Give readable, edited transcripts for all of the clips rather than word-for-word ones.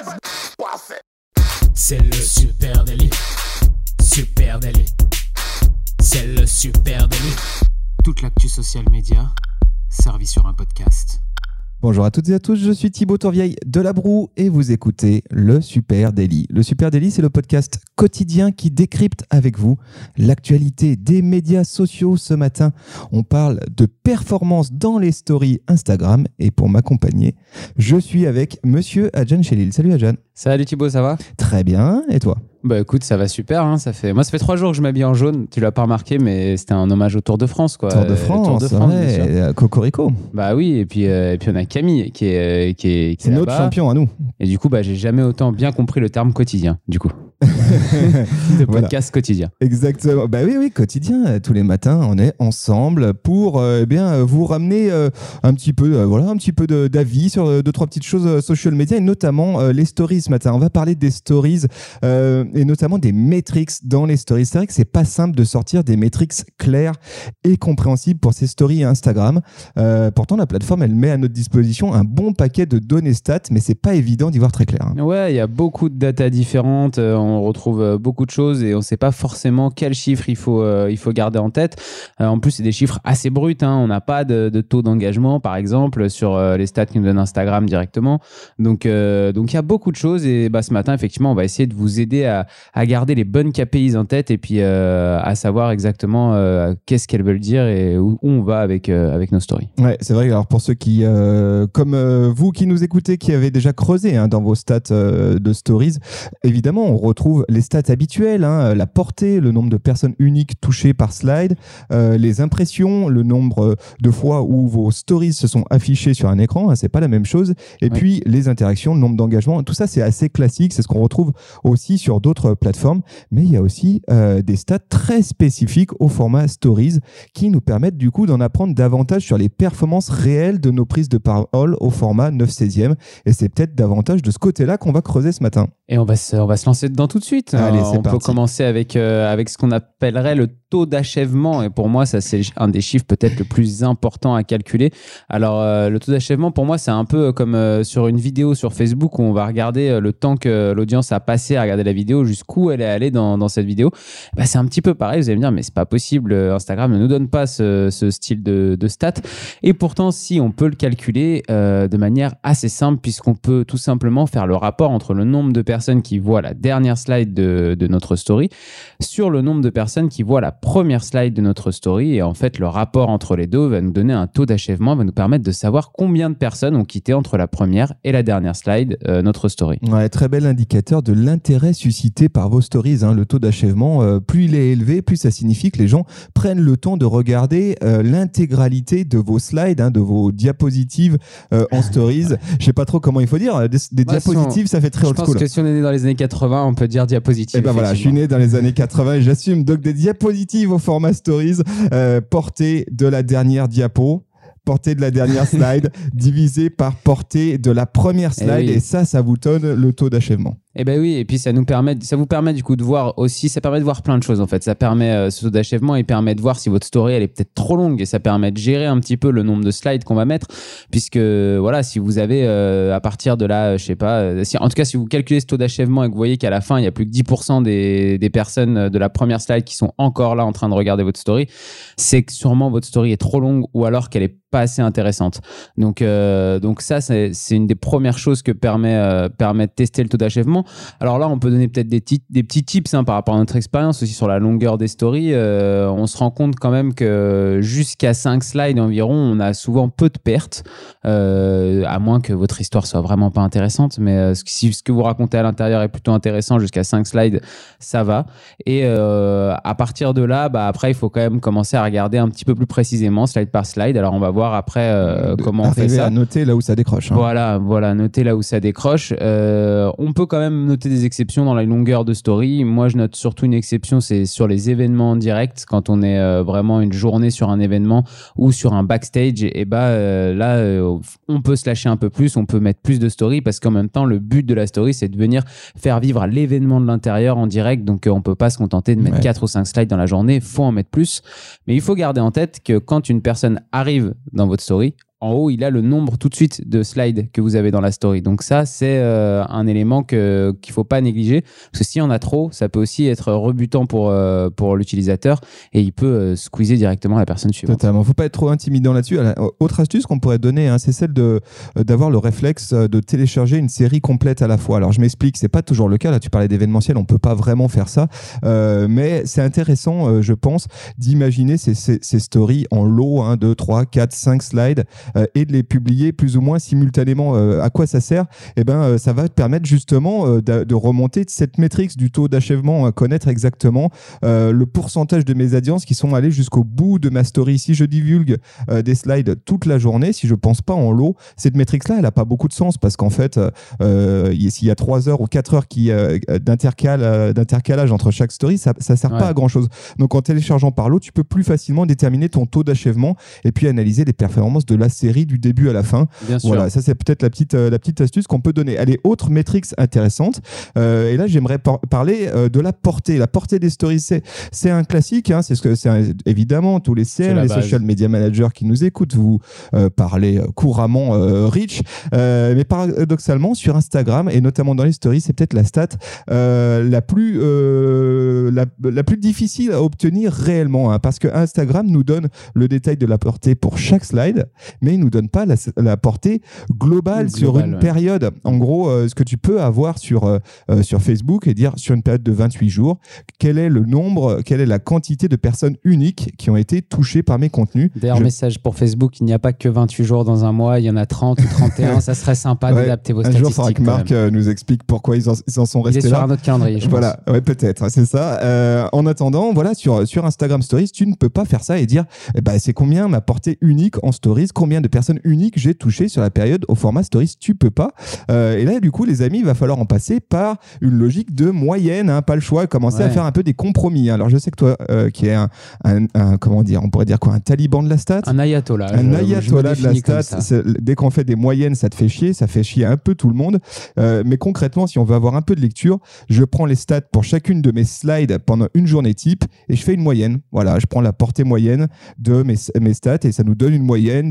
C'est le super délit. Super délit. C'est le super délit. Toute l'actu social média servie sur un podcast. Bonjour à toutes et à tous, je suis Thibaut Tourvieille de La Broue et vous écoutez le Super Daily. Le Super Daily, c'est le podcast quotidien qui décrypte avec vous l'actualité des médias sociaux. Ce matin, on parle de performance dans les stories Instagram et pour m'accompagner, je suis avec monsieur Adjan Chelil. Salut Adjan. Salut Thibaut, ça va ? Très bien, et toi ? Bah écoute, ça va super, hein. Ça fait 3 jours que je m'habille en jaune, tu l'as pas remarqué, mais c'était un hommage au Tour de France, quoi. Tour de France, ouais, Cocorico. Bah oui, et puis on a Camille qui est c'est notre champion à nous. Et du coup, j'ai jamais autant bien compris le terme quotidien, du coup. De podcast quotidien. Exactement. Bah oui, quotidien. Tous les matins, on est ensemble pour vous ramener un petit peu d'avis sur 2-3 petites choses social media et notamment les stories ce matin. On va parler des stories et notamment des metrics dans les stories. C'est vrai que c'est pas simple de sortir des metrics clairs et compréhensibles pour ces stories Instagram. Pourtant, la plateforme, elle met à notre disposition un bon paquet de données stats, mais c'est pas évident d'y voir très clair. Ouais, il y a beaucoup de data différentes. On retrouve beaucoup de choses et on ne sait pas forcément quels chiffres il faut garder en tête. En plus, c'est des chiffres assez bruts, hein. On n'a pas de taux d'engagement, par exemple, sur les stats qui nous donne Instagram directement. Donc, il y a beaucoup de choses et ce matin, effectivement, on va essayer de vous aider à garder les bonnes KPIs en tête et puis à savoir exactement qu'est-ce qu'elles veulent dire et où on va avec nos stories. Ouais, c'est vrai. Alors, pour ceux qui, comme vous qui nous écoutez, qui avez déjà creusé dans vos stats de stories, évidemment, on retrouve les stats habituelles, la portée, le nombre de personnes uniques touchées par slide, les impressions, le nombre de fois où vos stories se sont affichées sur un écran, c'est pas la même chose. Et puis les interactions, le nombre d'engagements, tout ça c'est assez classique, c'est ce qu'on retrouve aussi sur d'autres plateformes. Mais il y a aussi des stats très spécifiques au format stories qui nous permettent du coup d'en apprendre davantage sur les performances réelles de nos prises de parole au format 9/16e. Et c'est peut-être davantage de ce côté-là qu'on va creuser ce matin. Et on va se lancer dedans tout de suite. Allez, c'est on parti. peut commencer avec ce qu'on appellerait le taux d'achèvement. Et pour moi, ça, c'est un des chiffres peut-être le plus important à calculer. Alors, le taux d'achèvement, pour moi, c'est un peu comme sur une vidéo sur Facebook où on va regarder le temps que l'audience a passé à regarder la vidéo, jusqu'où elle est allée dans cette vidéo. C'est un petit peu pareil. Vous allez me dire, mais c'est pas possible. Instagram ne nous donne pas ce style de stats. Et pourtant, si on peut le calculer de manière assez simple, puisqu'on peut tout simplement faire le rapport entre le nombre de personnes qui voient la dernière slide de notre story sur le nombre de personnes qui voient la première slide de notre story. Et en fait, le rapport entre les deux va nous donner un taux d'achèvement, va nous permettre de savoir combien de personnes ont quitté entre la première et la dernière slide notre story. Ouais, très bel indicateur de l'intérêt suscité par vos stories. Le taux d'achèvement, plus il est élevé, plus ça signifie que les gens prennent le temps de regarder l'intégralité de vos slides, de vos diapositives en stories. Je sais pas trop comment il faut dire. Des diapositives, ça fait très old school. Je pense que si on est né dans les années 80, on peut dire diapositive. Et voilà, je suis né dans les années 80 et j'assume. Donc des diapositives au format stories, portée de la dernière diapo, portée de la dernière slide, divisée par portée de la première slide. Et ça vous donne le taux d'achèvement. Eh ben oui, et puis ça vous permet du coup de voir aussi, ça permet de voir plein de choses en fait. Ça permet ce taux d'achèvement, il permet de voir si votre story elle est peut-être trop longue et ça permet de gérer un petit peu le nombre de slides qu'on va mettre, puisque voilà, si vous avez à partir de là, je sais pas, en tout cas si vous calculez ce taux d'achèvement et que vous voyez qu'à la fin il y a plus que 10% des personnes de la première slide qui sont encore là en train de regarder votre story, c'est que sûrement votre story est trop longue ou alors qu'elle est pas assez intéressante. Donc ça c'est une des premières choses que permet de tester le taux d'achèvement. Alors là, on peut donner peut-être des petits tips par rapport à notre expérience aussi sur la longueur des stories. On se rend compte quand même que jusqu'à 5 slides environ, on a souvent peu de pertes, à moins que votre histoire soit vraiment pas intéressante. Mais si ce que vous racontez à l'intérieur est plutôt intéressant, jusqu'à 5 slides, ça va. Et à partir de là, après, il faut quand même commencer à regarder un petit peu plus précisément, slide par slide. Alors, on va voir après comment on fait ça. À noter là où ça décroche. Voilà, noter là où ça décroche. On peut quand même noter des exceptions dans la longueur de story. Moi, je note surtout une exception, c'est sur les événements en direct, quand on est vraiment une journée sur un événement ou sur un backstage. Et là, on peut se lâcher un peu plus, on peut mettre plus de story parce qu'en même temps, le but de la story, c'est de venir faire vivre l'événement de l'intérieur en direct. Donc, on peut pas se contenter de mettre 4 ou 5 slides dans la journée. Il faut en mettre plus. Mais il faut garder en tête que quand une personne arrive dans votre story, en haut, il a le nombre tout de suite de slides que vous avez dans la story. Donc ça, c'est un élément qu'il ne faut pas négliger. Parce que s'il y en a trop, ça peut aussi être rebutant pour l'utilisateur et il peut squeezer directement la personne suivante. Totalement. Il ne faut pas être trop intimidant là-dessus. Autre astuce qu'on pourrait donner, c'est celle d'avoir le réflexe de télécharger une série complète à la fois. Alors je m'explique, ce n'est pas toujours le cas. Là, tu parlais d'événementiel, on ne peut pas vraiment faire ça. Mais c'est intéressant, je pense, d'imaginer ces stories en lot, 2, 3, 4, 5 slides et de les publier plus ou moins simultanément. À quoi ça sert ? Ça va te permettre justement de remonter cette métrique du taux d'achèvement, connaître exactement le pourcentage de mes audiences qui sont allées jusqu'au bout de ma story. Si je divulgue des slides toute la journée, si je ne pense pas en lot, cette métrique-là, elle n'a pas beaucoup de sens parce qu'en fait, s'il y a 3 heures ou 4 heures d'intercalage entre chaque story, ça ne sert pas à grand-chose. Donc en téléchargeant par lot, tu peux plus facilement déterminer ton taux d'achèvement et puis analyser les performances de la série du début à la fin. Bien sûr. Voilà, ça c'est peut-être la petite astuce qu'on peut donner. Allez, autre métrique intéressante. Et là, j'aimerais parler de la portée. La portée des stories, c'est un classique. C'est évidemment tous les CM, les social media managers qui nous écoutent, vous parlez couramment reach. Mais paradoxalement, sur Instagram et notamment dans les stories, c'est peut-être la stat la plus difficile à obtenir réellement, parce que Instagram nous donne le détail de la portée pour chaque slide, mais il nous donne pas la portée globale sur une période. En gros, ce que tu peux avoir sur Facebook et dire sur une période de 28 jours, quel est le nombre, quelle est la quantité de personnes uniques qui ont été touchées par mes contenus. D'ailleurs, message pour Facebook, il n'y a pas que 28 jours dans un mois, il y en a 30 ou 31, ça serait sympa d'adapter vos statistiques. Un jour, il faudra que Marc nous explique pourquoi ils en sont restés là. Il est sur un autre calendrier, je pense. Voilà, ouais, peut-être, c'est ça. En attendant, voilà, sur Instagram Stories, tu ne peux pas faire ça et dire c'est combien ma portée unique en Stories, combien de personnes uniques j'ai touché sur la période au format Stories, tu peux pas. Et là, du coup, les amis, il va falloir en passer par une logique de moyenne, pas le choix, commencer à faire un peu des compromis. Alors, je sais que toi, qui est comment dire, on pourrait dire quoi, un taliban de la stat, un ayatollah. Un ayatollah de la stat. Dès qu'on fait des moyennes, ça te fait chier, ça fait chier un peu tout le monde. Mais concrètement, si on veut avoir un peu de lecture, je prends les stats pour chacune de mes slides pendant une journée type et je fais une moyenne. Voilà, je prends la portée moyenne de mes stats et ça nous donne une moyenne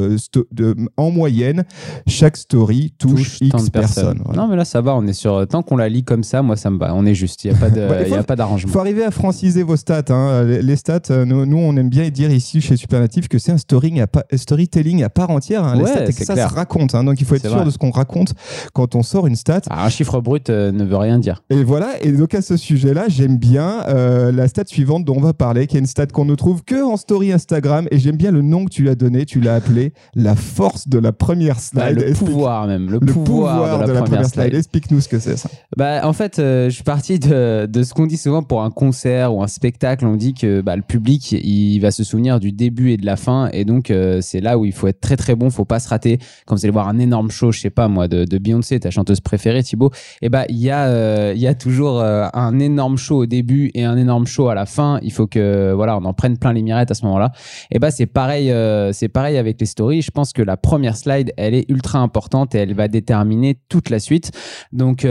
en moyenne, chaque story touche X personnes. Voilà. Non, mais là, ça va. On est sur. Tant qu'on la lit comme ça, moi, ça me va. On est juste. Il n'y a pas d'arrangement. Il faut arriver à franciser vos stats. Les stats, nous, on aime bien dire ici chez Supernatif que c'est un storytelling à part entière. Les stats, ça se raconte. Donc, il faut être sûr de ce qu'on raconte quand on sort une stat. Un chiffre brut ne veut rien dire. Et voilà. Et donc, à ce sujet-là, j'aime bien la stat suivante dont on va parler, qui est une stat qu'on ne trouve que en story Instagram. Et j'aime bien le nom que tu lui as donné. Tu l'as appelé la force de la première slide. Le pouvoir même. Le pouvoir de la première slide. Explique-nous ce que c'est, ça. En fait, je suis parti de ce qu'on dit souvent pour un concert ou un spectacle. On dit que le public, il va se souvenir du début et de la fin. Et donc, c'est là où il faut être très très bon. Il ne faut pas se rater. Quand vous allez voir un énorme show, je sais pas moi, de Beyoncé, ta chanteuse préférée, Thibaut, il y a toujours un énorme show au début et un énorme show à la fin. Il faut que on en prenne plein les mirettes à ce moment-là. C'est pareil avec les stories. Je pense que la première slide, elle est ultra importante et elle va déterminer toute la suite. Donc,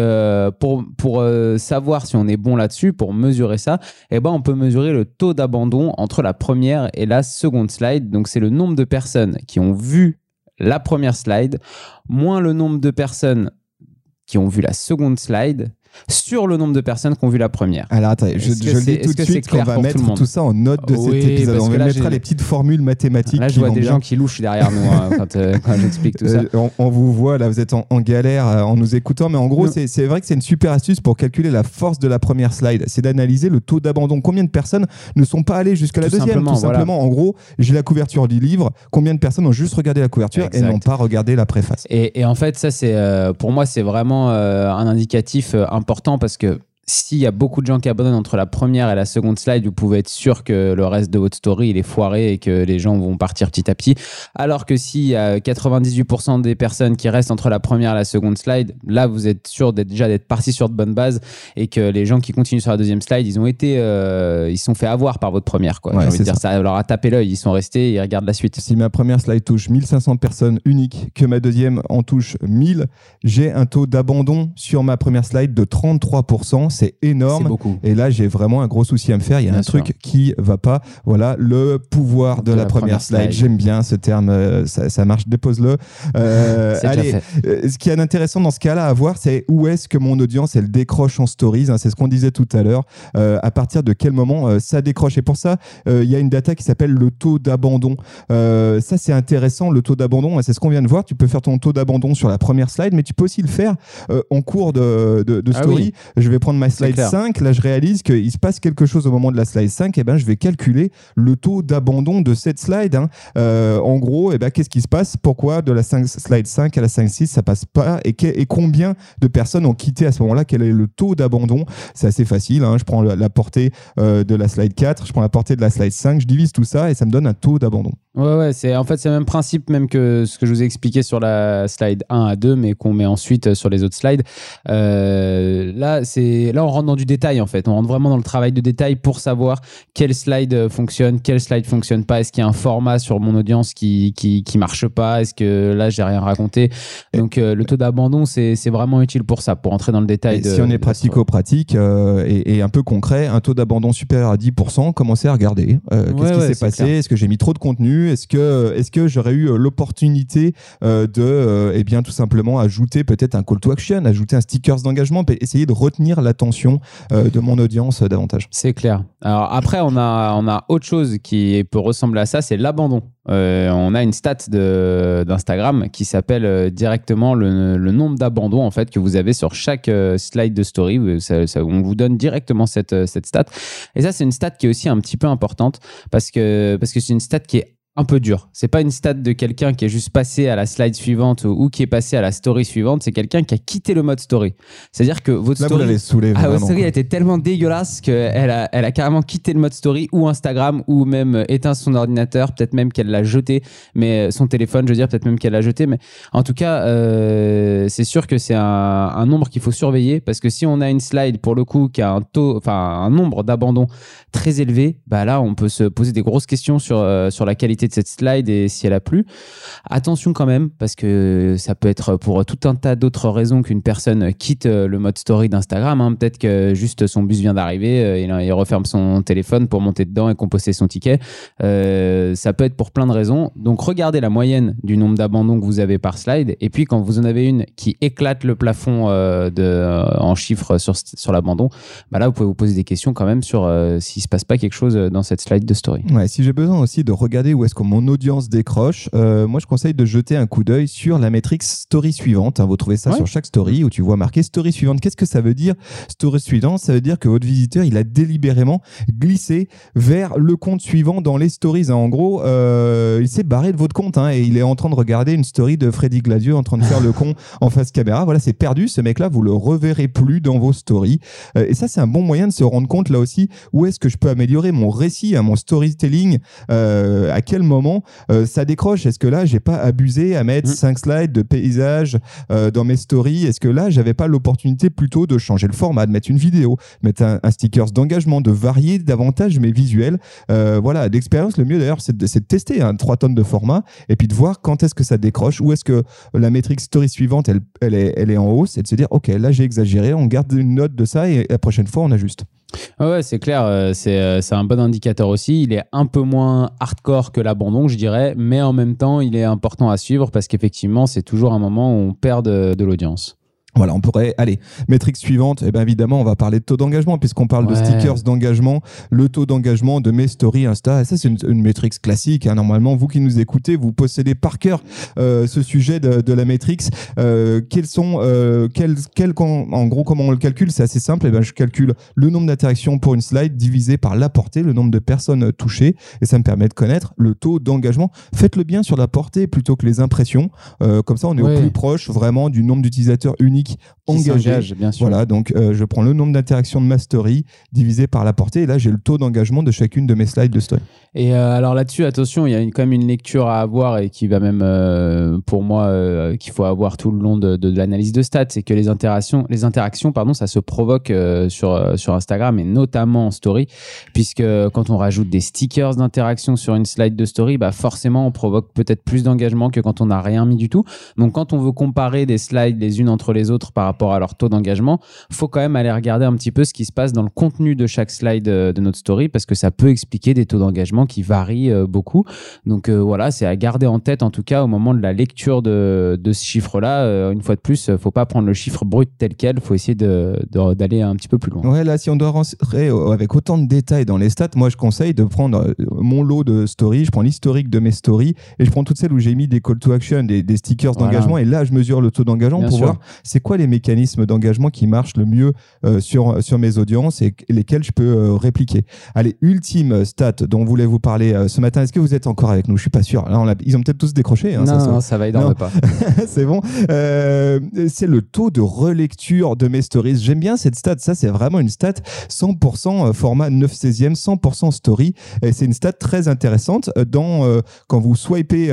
pour savoir si on est bon là-dessus, pour mesurer ça, on peut mesurer le taux d'abandon entre la première et la seconde slide. Donc, c'est le nombre de personnes qui ont vu la première slide, moins le nombre de personnes qui ont vu la seconde slide, sur le nombre de personnes qui ont vu la première. Alors attends, je le dis tout de suite qu'on va mettre tout ça en note de cet épisode. On mettra les petites formules mathématiques. Là, je vois des gens qui louchent derrière nous quand j'explique tout ça. On vous voit, là, vous êtes en galère en nous écoutant, mais en gros, c'est vrai que c'est une super astuce pour calculer la force de la première slide. C'est d'analyser le taux d'abandon. Combien de personnes ne sont pas allées jusqu'à la deuxième, tout simplement. En gros, j'ai la couverture du livre. Combien de personnes ont juste regardé la couverture et n'ont pas regardé la préface. Et en fait, ça, pour moi, c'est vraiment un indicatif important parce que s'il y a beaucoup de gens qui abandonnent entre la première et la seconde slide, vous pouvez être sûr que le reste de votre story, il est foiré et que les gens vont partir petit à petit. Alors que s'il y a 98% des personnes qui restent entre la première et la seconde slide, là, vous êtes sûr d'être parti sur de bonnes bases et que les gens qui continuent sur la deuxième slide, ils se sont fait avoir par votre première. J'ai envie de dire, ça leur a tapé l'œil, ils sont restés et ils regardent la suite. Si ma première slide touche 1500 personnes uniques, que ma deuxième en touche 1000, j'ai un taux d'abandon sur ma première slide de 33%. c'est énorme. C'est beaucoup. Et là, j'ai vraiment un gros souci à me faire. Il y a Bien un sûr. truc qui va pas. Voilà, le pouvoir de la première slide. J'aime bien ce terme. Ça marche. Dépose-le. Allez, ce qui est intéressant dans ce cas-là à voir, c'est où est-ce que mon audience, elle décroche en stories. Hein, c'est ce qu'on disait tout à l'heure. À partir de quel moment ça décroche. Et pour ça, il y a une data qui s'appelle le taux d'abandon. Ça, c'est intéressant. Le taux d'abandon, c'est ce qu'on vient de voir. Tu peux faire ton taux d'abandon sur la première slide, mais tu peux aussi le faire en cours de story. Oui. Je vais prendre ma slide 5. Là, je réalise qu'il se passe quelque chose au moment de la slide 5. Et ben, je vais calculer le taux d'abandon de cette slide. Hein. En gros, qu'est-ce qui se passe? Pourquoi de la slide 5 à la 5.6, ça passe pas? Et combien de personnes ont quitté à ce moment-là? Quel est le taux d'abandon? C'est assez facile. Hein. Je prends la portée de la slide 4, je prends la portée de la slide 5, je divise tout ça et ça me donne un taux d'abandon. Ouais, c'est le même principe même que ce que je vous ai expliqué sur la slide 1 à 2, mais qu'on met ensuite sur les autres slides. Là, on rentre dans du détail en fait. On rentre vraiment dans le travail de détail pour savoir quelle slide fonctionne, quelle slide fonctionne pas. Est-ce qu'il y a un format sur mon audience qui marche pas? Est-ce que là, j'ai rien raconté? Donc, le taux d'abandon, c'est vraiment utile pour ça, pour entrer dans le détail. Si on est pratico-pratique et un peu concret, un taux d'abandon supérieur à 10%, commencez à regarder. Qu'est-ce qui s'est passé? Est-ce que j'ai mis trop de contenu? Est-ce que j'aurais eu l'opportunité de tout simplement ajouter peut-être un call to action, ajouter un stickers d'engagement, essayer de retenir l'attention de mon audience davantage. C'est clair. Alors après, on a autre chose qui peut ressembler à ça, c'est l'abandon. On a une stat d'Instagram qui s'appelle directement le nombre d'abandons en fait que vous avez sur chaque slide de story. On vous donne directement cette stat. Et ça, c'est une stat qui est aussi un petit peu importante parce que c'est une stat qui est un peu dur. C'est pas une stat de quelqu'un qui est juste passé à la slide suivante ou qui est passé à la story suivante. C'est quelqu'un qui a quitté le mode story. C'est-à-dire que votre story, vous l'avez saoulé, votre story a été tellement dégueulasse qu'elle a carrément quitté le mode story ou Instagram ou même éteint son ordinateur. Peut-être même qu'elle l'a jeté, mais son téléphone, je veux dire, peut-être même qu'elle l'a jeté. Mais en tout cas, c'est sûr que c'est un nombre qu'il faut surveiller parce que si on a une slide pour le coup qui a un nombre d'abandons très élevé, bah là, on peut se poser des grosses questions sur la qualité de cette slide et si elle a plu. Attention quand même, parce que ça peut être pour tout un tas d'autres raisons qu'une personne quitte le mode story d'Instagram. Hein. Peut-être que juste son bus vient d'arriver, il referme son téléphone pour monter dedans et composter son ticket. Ça peut être pour plein de raisons. Donc regardez la moyenne du nombre d'abandons que vous avez par slide et puis quand vous en avez une qui éclate le plafond en chiffres sur l'abandon, bah là vous pouvez vous poser des questions quand même sur s'il se passe pas quelque chose dans cette slide de story. Ouais, si j'ai besoin aussi de regarder où est-ce que mon audience décroche, moi je conseille de jeter un coup d'œil sur la métrique story suivante. Hein, vous trouvez ça sur chaque story où tu vois marqué story suivante. Qu'est-ce que ça veut dire story suivante? Ça veut dire que votre visiteur il a délibérément glissé vers le compte suivant dans les stories. Hein. En gros, il s'est barré de votre compte et il est en train de regarder une story de Freddy Gladieux en train de faire le con en face caméra. Voilà, c'est perdu. Ce mec-là, vous le reverrez plus dans vos stories. Et ça, c'est un bon moyen de se rendre compte là aussi où est-ce que je peux améliorer mon récit, mon storytelling, à quel moment ça décroche. Est-ce que là, j'ai pas abusé à mettre 5 slides de paysages dans mes stories? Est-ce que là, j'avais pas l'opportunité plutôt de changer le format, de mettre une vidéo, mettre un stickers d'engagement, de varier davantage mes visuels? Voilà, d'expérience, le mieux d'ailleurs, c'est de tester 3 tonnes de format et puis de voir quand est-ce que ça décroche, où est-ce que la métrique story suivante, elle est en hausse et de se dire, ok, là, j'ai exagéré, on garde une note de ça et la prochaine fois, on ajuste. Ouais, c'est clair, c'est un bon indicateur aussi. Il est un peu moins hardcore que l'abandon, je dirais, mais en même temps, il est important à suivre parce qu'effectivement, c'est toujours un moment où on perd de l'audience. Voilà, on pourrait aller. Métrique suivante, évidemment, on va parler de taux d'engagement puisqu'on parle de stickers d'engagement, le taux d'engagement de mes stories Insta. Et ça, c'est une métrique classique. Normalement, vous qui nous écoutez, vous possédez par cœur ce sujet de la métrique. En gros, comment on le calcule? C'est assez simple. Je calcule le nombre d'interactions pour une slide divisé par la portée, le nombre de personnes touchées. Et ça me permet de connaître le taux d'engagement. Faites-le bien sur la portée plutôt que les impressions. Comme ça, on est au plus proche vraiment du nombre d'utilisateurs uniques engagé. Bien sûr. Voilà, donc je prends le nombre d'interactions de ma story divisé par la portée et là j'ai le taux d'engagement de chacune de mes slides de story. Et alors là-dessus, attention, il y a quand même une lecture à avoir et qui va même, pour moi, qu'il faut avoir tout le long de l'analyse de stats, c'est que les interactions, ça se provoque sur Instagram et notamment en story, puisque quand on rajoute des stickers d'interaction sur une slide de story, bah forcément on provoque peut-être plus d'engagement que quand on n'a rien mis du tout. Donc quand on veut comparer des slides les unes entre les les autres par rapport à leur taux d'engagement, faut quand même aller regarder un petit peu ce qui se passe dans le contenu de chaque slide de notre story, parce que ça peut expliquer des taux d'engagement qui varient beaucoup. Donc voilà, c'est à garder en tête en tout cas au moment de la lecture de ce chiffre-là. Une fois de plus, faut pas prendre le chiffre brut tel quel, faut essayer d'aller un petit peu plus loin. Ouais, là, si on doit rentrer avec autant de détails dans les stats, moi je conseille de prendre mon lot de stories, je prends l'historique de mes stories et je prends toutes celles où j'ai mis des call to action, des stickers d'engagement, et là je mesure le taux d'engagement pour voir c'est quoi les mécanismes d'engagement qui marchent le mieux sur mes audiences et lesquels je peux répliquer. Allez, ultime stat dont on voulait vous parler ce matin, est-ce que vous êtes encore avec nous? Je suis pas sûr. Là, ils ont peut-être tous décroché. Hein, non, ça va, il dorme pas. C'est bon. C'est le taux de relecture de mes stories. J'aime bien cette stat. Ça, c'est vraiment une stat 100% format 9/16e, 100% story. Et c'est une stat très intéressante. Quand vous swipez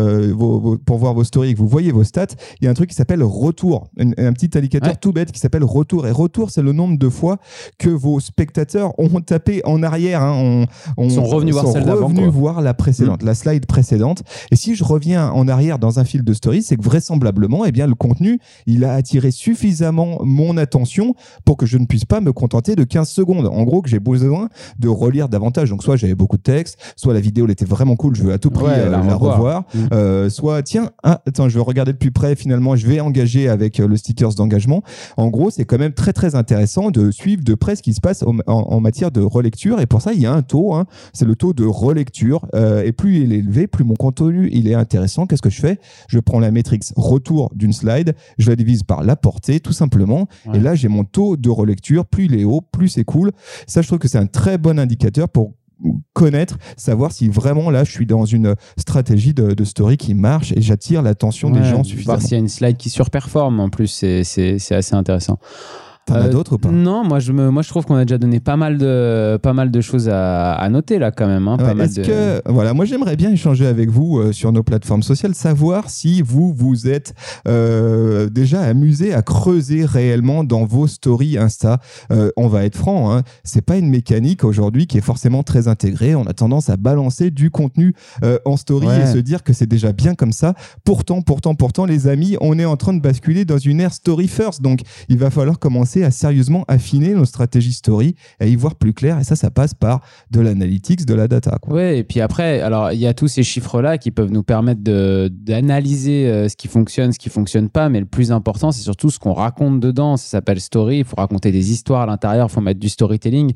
pour voir vos stories et que vous voyez vos stats, il y a un truc qui s'appelle retour. Un petit indicateur tout bête qui s'appelle retour. Et retour, c'est le nombre de fois que vos spectateurs ont tapé en arrière. Hein, sont revenus voir celle d'avant. Voir la précédente, la slide précédente. Et si je reviens en arrière dans un fil de story, c'est que vraisemblablement, eh bien, le contenu, il a attiré suffisamment mon attention pour que je ne puisse pas me contenter de 15 secondes. En gros, que j'ai besoin de relire davantage. Donc, soit j'avais beaucoup de texte, soit la vidéo, elle était vraiment cool, je veux à tout prix la revoir. Soit, tiens, attends, je vais regarder de plus près, finalement, je vais engager avec le stickers d'engagement. En gros, c'est quand même très, très intéressant de suivre de près ce qui se passe en matière de relecture. Et pour ça, il y a un taux, c'est le taux de relecture. Et plus il est élevé, plus mon contenu il est intéressant. Qu'est-ce que je fais? Je prends la métrique retour d'une slide, je la divise par la portée, tout simplement. Et là, j'ai mon taux de relecture. Plus il est haut, plus c'est cool. Ça, je trouve que c'est un très bon indicateur pour connaître, savoir si vraiment là je suis dans une stratégie de story qui marche et j'attire l'attention des gens suffisamment. Voir s'il y a une slide qui surperforme en plus, c'est assez intéressant. T'en as d'autres ou pas? Non, moi je trouve qu'on a déjà donné pas mal de choses à noter là quand même. Voilà, moi j'aimerais bien échanger avec vous sur nos plateformes sociales, savoir si vous êtes déjà amusé à creuser réellement dans vos stories Insta. On va être franc, c'est pas une mécanique aujourd'hui qui est forcément très intégrée. On a tendance à balancer du contenu en story et se dire que c'est déjà bien comme ça. Pourtant, les amis, on est en train de basculer dans une ère story first. Donc, il va falloir commencer à sérieusement affiner nos stratégies story et à y voir plus clair. Et ça passe par de l'analytics, de la data. Ouais, et puis après, alors il y a tous ces chiffres-là qui peuvent nous permettre d'analyser ce qui fonctionne pas. Mais le plus important, c'est surtout ce qu'on raconte dedans. Ça s'appelle story. Il faut raconter des histoires à l'intérieur. Il faut mettre du storytelling.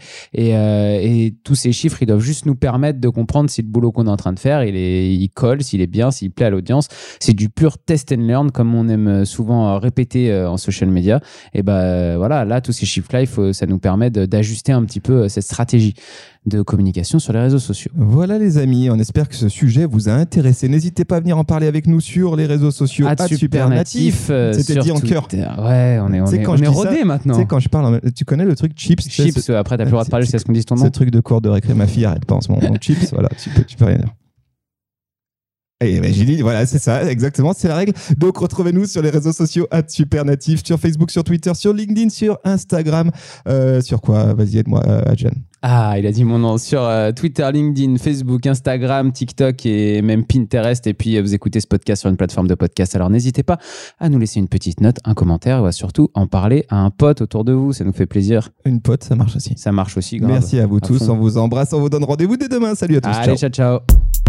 Et tous ces chiffres, ils doivent juste nous permettre de comprendre si le boulot qu'on est en train de faire, il colle, s'il est bien, s'il plaît à l'audience. C'est du pur test and learn, comme on aime souvent répéter en social media. Et voilà, là, tous ces chiffres-là, ça nous permet d'ajuster un petit peu cette stratégie de communication sur les réseaux sociaux. Voilà les amis, on espère que ce sujet vous a intéressé. N'hésitez pas à venir en parler avec nous sur les réseaux sociaux @supernatif. C'était dit en cœur. Ouais, on est rodé maintenant. Tu sais, quand je parle, tu connais le truc chips. Après t'as plus le droit de parler jusqu'à ce qu'on dise ton nom. Ce truc de cours de récré, ma fille arrête pas en ce moment. Donc chips, voilà, tu peux rien dire. Et j'ai dit, voilà, c'est ça, exactement, c'est la règle. Donc, retrouvez-nous sur les réseaux sociaux @supernatif, sur Facebook, sur Twitter, sur LinkedIn, sur Instagram. Sur quoi? Vas-y, aide-moi, Adjan. Il a dit mon nom sur Twitter, LinkedIn, Facebook, Instagram, TikTok et même Pinterest. Et puis, vous écoutez ce podcast sur une plateforme de podcast. Alors, n'hésitez pas à nous laisser une petite note, un commentaire et surtout en parler à un pote autour de vous. Ça nous fait plaisir. Une pote, ça marche aussi. Ça marche aussi, grave. Merci à vous tous. On vous embrasse. On vous donne rendez-vous dès demain. Salut à tous. Allez, ciao.